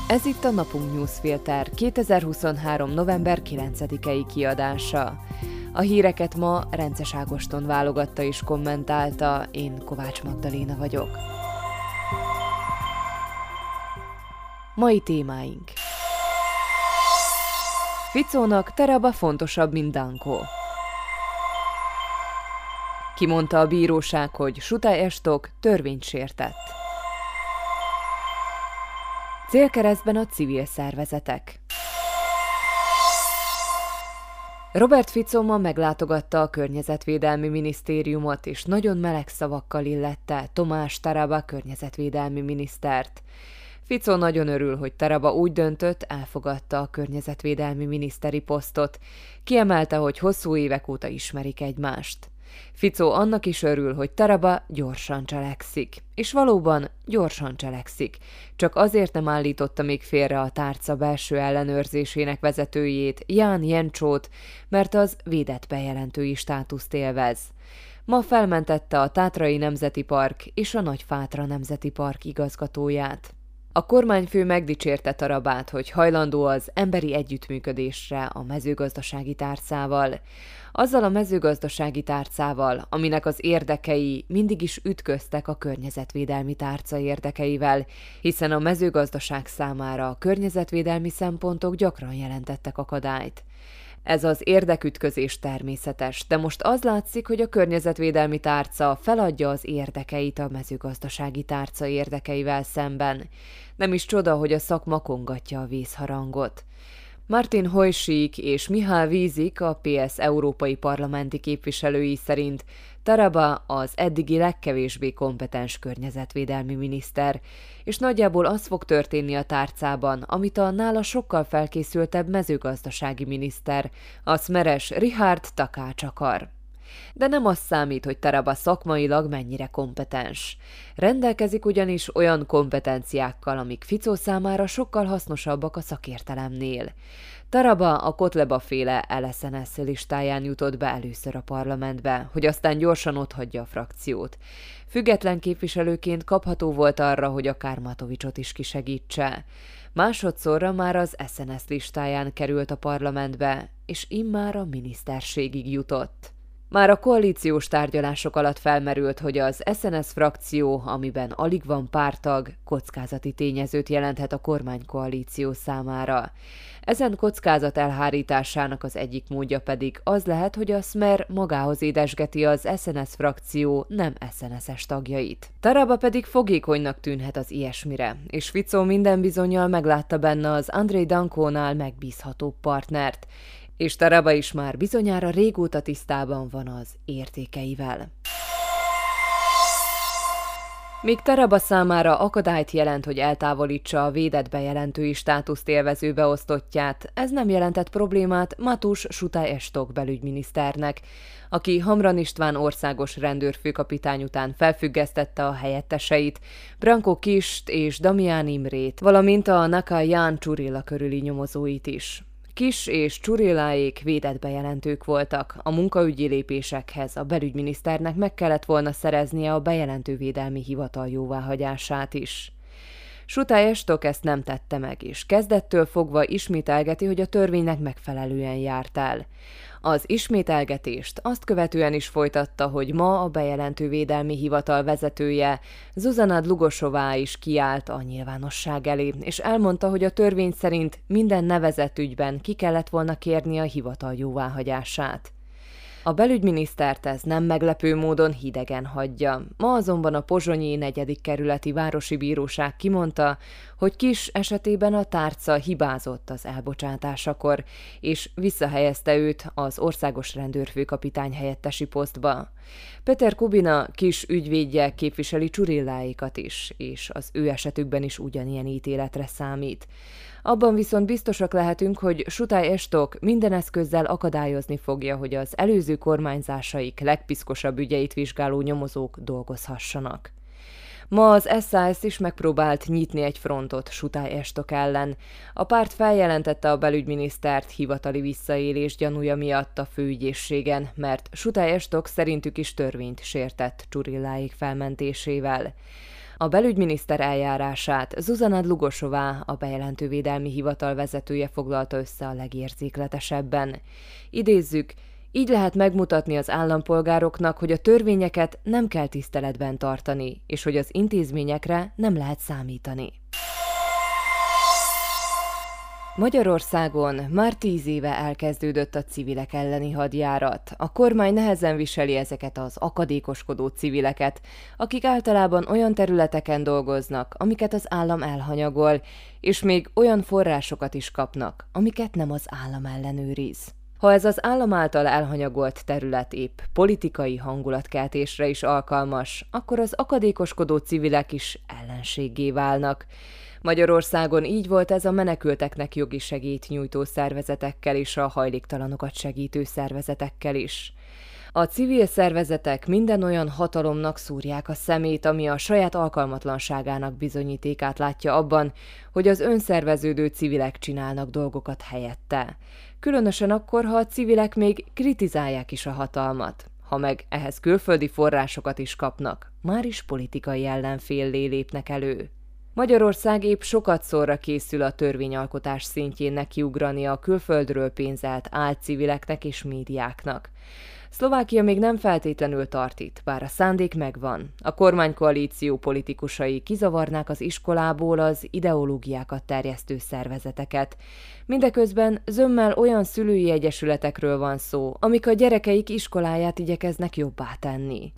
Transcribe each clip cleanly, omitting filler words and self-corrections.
Ez itt a Napunk Newsfilter 2023. november 9-i kiadása. A híreket ma Rences Ágoston válogatta és kommentálta, én Kovács Magdaléna vagyok. Mai témáink. Ficónak Taraba fontosabb, mint Danko. Kimondta a bíróság, hogy Sutai Estok törvényt sértett. Célkeresztben a civil szervezetek. Robert Fico ma meglátogatta a Környezetvédelmi Minisztériumot, és nagyon meleg szavakkal illette Tomás Taraba környezetvédelmi minisztert. Fico nagyon örül, hogy Taraba úgy döntött, elfogadta a környezetvédelmi miniszteri posztot. Kiemelte, hogy hosszú évek óta ismerik egymást. Fico annak is örül, hogy Taraba gyorsan cselekszik. És valóban gyorsan cselekszik. Csak azért nem állította még félre a tárca belső ellenőrzésének vezetőjét, Ján Jencsót, mert az védett bejelentői státuszt élvez. Ma felmentette a Tátrai Nemzeti Park és a Nagyfátra Nemzeti Park igazgatóját. A kormányfő megdicsérte Tarabát, hogy hajlandó az emberi együttműködésre a mezőgazdasági tárcával. Azzal a mezőgazdasági tárcával, aminek az érdekei mindig is ütköztek a környezetvédelmi tárca érdekeivel, hiszen a mezőgazdaság számára a környezetvédelmi szempontok gyakran jelentettek akadályt. Ez az érdekütközés természetes, de most az látszik, hogy a környezetvédelmi tárca feladja az érdekeit a mezőgazdasági tárca érdekeivel szemben. Nem is csoda, hogy a szakma kongatja a vészharangot. Martin Hojsík és Mihály Vízik, a PS európai parlamenti képviselői szerint Taraba az eddigi legkevésbé kompetens környezetvédelmi miniszter, és nagyjából az fog történni a tárcában, amit a nála sokkal felkészültebb mezőgazdasági miniszter, a Smeres Richard Takács akar. De nem az számít, hogy Taraba szakmailag mennyire kompetens. Rendelkezik ugyanis olyan kompetenciákkal, amik Fico számára sokkal hasznosabbak a szakértelemnél. Taraba a Kotleba-féle LSNS listáján jutott be először a parlamentbe, hogy aztán gyorsan otthagyja a frakciót. Független képviselőként kapható volt arra, hogy akár Matovicsot is kisegítse. Másodszorra már az SNS listáján került a parlamentbe, és immár a miniszterségig jutott. Már a koalíciós tárgyalások alatt felmerült, hogy az SNS frakció, amiben alig van pártag, kockázati tényezőt jelenthet a kormánykoalíció számára. Ezen kockázat elhárításának az egyik módja pedig az lehet, hogy a Smer magához édesgeti az SNS frakció nem SNS-es tagjait. Taraba pedig fogékonynak tűnhet az ilyesmire, és Fico minden bizonnyal meglátta benne az Andrei Dankónál megbízható partnert, és Taraba is már bizonyára régóta tisztában van az értékeivel. Míg Taraba számára akadályt jelent, hogy eltávolítsa a védett bejelentői státuszt élvező beosztottját, ez nem jelentett problémát Matus Sutai Estok belügyminiszternek, aki Hamran István országos rendőrfőkapitány után felfüggesztette a helyetteseit, Branko Kist és Damián Imrét, valamint a Naka Ján Csurilla körüli nyomozóit is. Kis és Csurilláék védett bejelentők voltak, a munkaügyi lépésekhez a belügyminiszternek meg kellett volna szereznie a bejelentővédelmi hivatal jóváhagyását is. Sutai Estok ezt nem tette meg, és kezdettől fogva ismételgeti, hogy a törvénynek megfelelően járt el. Az ismételgetést azt követően is folytatta, hogy ma a bejelentővédelmi hivatal vezetője, Zuzana Dlugosová is kiállt a nyilvánosság elé, és elmondta, hogy a törvény szerint minden nevezett ügyben ki kellett volna kérni a hivatal jóváhagyását. A belügyminisztert ez nem meglepő módon hidegen hagyja. Ma azonban a pozsonyi 4. kerületi városi bíróság kimondta, hogy Kis esetében a tárca hibázott az elbocsátásakor, és visszahelyezte őt az országos rendőrfőkapitány helyettesi posztba. Peter Kubina Kis ügyvédje képviseli Csurilláékat is, és az ő esetükben is ugyanilyen ítéletre számít. Abban viszont biztosak lehetünk, hogy Sutai Estok minden eszközzel akadályozni fogja, hogy az előző kormányzásaik legpiszkosabb ügyeit vizsgáló nyomozók dolgozhassanak. Ma az SAS is megpróbált nyitni egy frontot Sutai Estok ellen. A párt feljelentette a belügyminisztert hivatali visszaélés gyanúja miatt a főügyészségen, mert Sutai Estok szerintük is törvényt sértett Csurilláék felmentésével. A belügyminiszter eljárását Zuzana Dlugosová, a bejelentővédelmi hivatal vezetője foglalta össze a legérzékletesebben. Idézzük: így lehet megmutatni az állampolgároknak, hogy a törvényeket nem kell tiszteletben tartani, és hogy az intézményekre nem lehet számítani. Magyarországon már 10 éve elkezdődött a civilek elleni hadjárat. A kormány nehezen viseli ezeket az akadékoskodó civileket, akik általában olyan területeken dolgoznak, amiket az állam elhanyagol, és még olyan forrásokat is kapnak, amiket nem az állam ellenőriz. Ha ez az állam által elhanyagolt terület épp politikai hangulatkeltésre is alkalmas, akkor az akadékoskodó civilek is ellenséggé válnak. Magyarországon így volt ez a menekülteknek jogi segélyt nyújtó szervezetekkel és a hajléktalanokat segítő szervezetekkel is. A civil szervezetek minden olyan hatalomnak szúrják a szemét, ami a saját alkalmatlanságának bizonyítékát látja abban, hogy az önszerveződő civilek csinálnak dolgokat helyette. Különösen akkor, ha a civilek még kritizálják is a hatalmat. Ha meg ehhez külföldi forrásokat is kapnak, már is politikai ellenféllé lépnek elő. Magyarország épp sokatszorra készül a törvényalkotás szintjén nekiugrani a külföldről pénzelt álcivileknek és médiáknak. Szlovákia még nem feltétlenül tart itt, bár a szándék megvan. A kormánykoalíció politikusai kizavarnák az iskolából az ideológiákat terjesztő szervezeteket. Mindeközben zömmel olyan szülői egyesületekről van szó, amik a gyerekeik iskoláját igyekeznek jobbá tenni.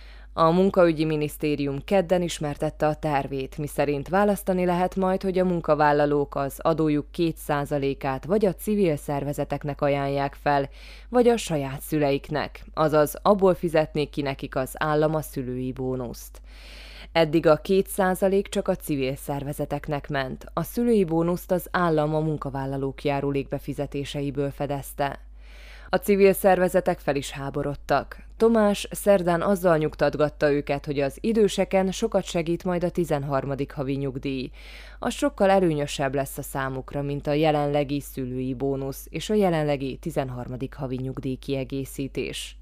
A munkaügyi minisztérium kedden ismertette a tervét, miszerint választani lehet majd, hogy a munkavállalók az adójuk 2%-át vagy a civil szervezeteknek ajánlják fel, vagy a saját szüleiknek, azaz abból fizetnék ki nekik az állam a szülői bónuszt. Eddig a 2% csak a civil szervezeteknek ment, a szülői bónuszt az állam a munkavállalók járulékbefizetéseiből fedezte. A civil szervezetek fel is háborodtak. Tomás szerdán azzal nyugtatgatta őket, hogy az időseken sokat segít majd a 13. havi nyugdíj. Az sokkal előnyösebb lesz a számukra, mint a jelenlegi szülői bónusz és a jelenlegi 13. havi nyugdíj kiegészítés.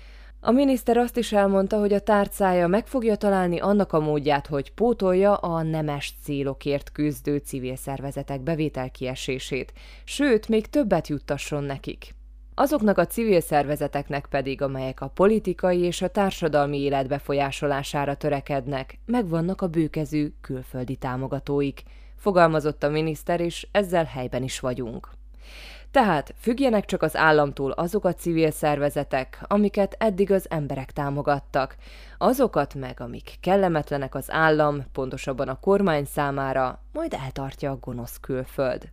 A miniszter azt is elmondta, hogy a tárcája meg fogja találni annak a módját, hogy pótolja a nemes célokért küzdő civil szervezetek bevételkiesését, sőt, még többet juttasson nekik. Azoknak a civil szervezeteknek pedig, amelyek a politikai és a társadalmi élet befolyásolására törekednek, megvannak a bőkezű külföldi támogatóik, fogalmazott a miniszter, és ezzel helyben is vagyunk. Tehát függjenek csak az államtól azok a civil szervezetek, amiket eddig az emberek támogattak, azokat meg, amik kellemetlenek az állam, pontosabban a kormány számára, majd eltartja a gonosz külföld.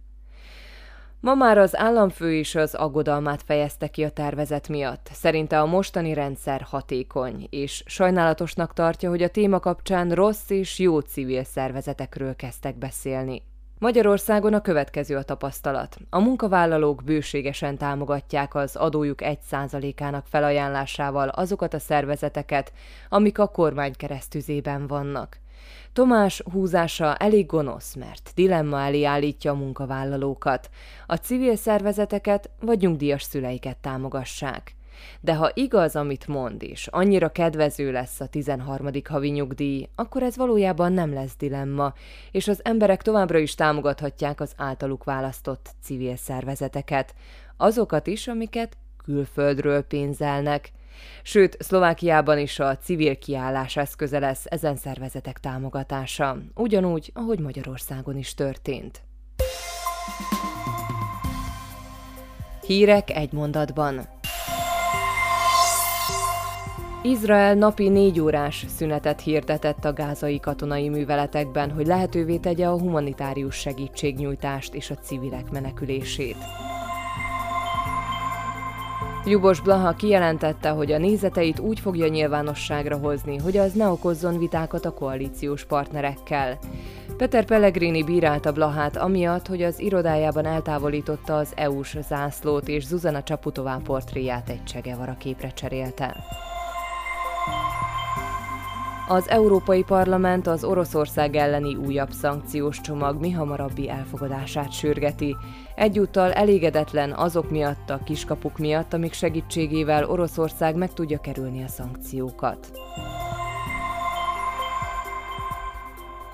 Ma már az államfő is az aggodalmát fejezte ki a tervezet miatt. Szerinte a mostani rendszer hatékony, és sajnálatosnak tartja, hogy a téma kapcsán rossz és jó civil szervezetekről kezdtek beszélni. Magyarországon a következő a tapasztalat. A munkavállalók bőségesen támogatják az adójuk 1%-ának felajánlásával azokat a szervezeteket, amik a kormány keresztüzében vannak. Tomás húzása elég gonosz, mert dilemma elé állítja a munkavállalókat, a civil szervezeteket vagy nyugdíjas szüleiket támogassák. De ha igaz, amit mond, és annyira kedvező lesz a 13. havi nyugdíj, akkor ez valójában nem lesz dilemma, és az emberek továbbra is támogathatják az általuk választott civil szervezeteket, azokat is, amiket külföldről pénzelnek. Sőt, Szlovákiában is a civil kiállás eszköze lesz ezen szervezetek támogatása, ugyanúgy, ahogy Magyarországon is történt. Hírek egy mondatban. Izrael napi 4 órás szünetet hirdetett a gázai katonai műveletekben, hogy lehetővé tegye a humanitárius segítségnyújtást és a civilek menekülését. Ljuboš Blaha kijelentette, hogy a nézeteit úgy fogja nyilvánosságra hozni, hogy az ne okozzon vitákat a koalíciós partnerekkel. Peter Pellegrini bírálta Blahát amiatt, hogy az irodájában eltávolította az EU-s zászlót, és Zuzana Csaputová portréját egy Che Guevara képre cserélte. Az Európai Parlament az Oroszország elleni újabb szankciós csomag mihamarabbi elfogadását sürgeti. Egyúttal elégedetlen azok miatt, a kiskapuk miatt, amik segítségével Oroszország meg tudja kerülni a szankciókat.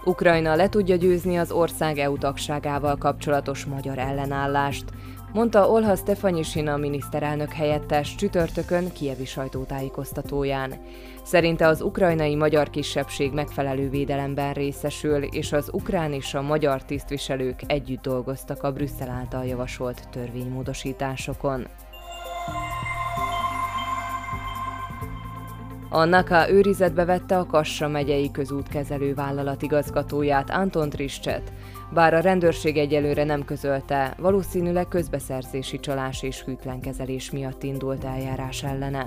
Ukrajna le tudja győzni az ország EU tagságával kapcsolatos magyar ellenállást, mondta Olha Stefanishyna miniszterelnök helyettes csütörtökön kijevi sajtótájékoztatóján. Szerinte az ukrajnai magyar kisebbség megfelelő védelemben részesül, és az ukrán és a magyar tisztviselők együtt dolgoztak a Brüsszel által javasolt törvénymódosításokon. A NAKA őrizetbe vette a Kassa megyei közútkezelő vállalat igazgatóját, Anton Trischet, bár a rendőrség egyelőre nem közölte, valószínűleg közbeszerzési csalás és hűtlenkezelés miatt indult eljárás ellene.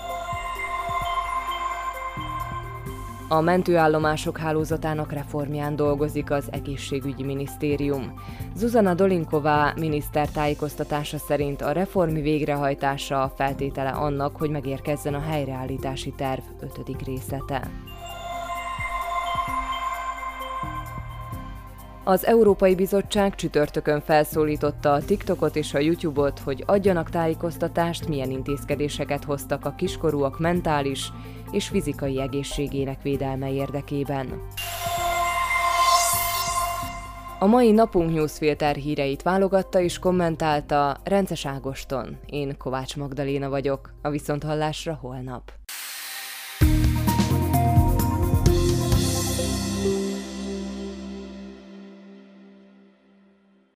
A mentőállomások hálózatának reformján dolgozik az egészségügyi minisztérium. Zuzana Dolinková miniszter tájékoztatása szerint a reform végrehajtása a feltétele annak, hogy megérkezzen a helyreállítási terv 5. részlete. Az Európai Bizottság csütörtökön felszólította a TikTokot és a YouTube-ot, hogy adjanak tájékoztatást, milyen intézkedéseket hoztak a kiskorúak mentális és fizikai egészségének védelme érdekében. A mai napunk newsfilter híreit válogatta és kommentálta Rences Ágoston. Én Kovács Magdaléna vagyok. A viszonthallásra holnap.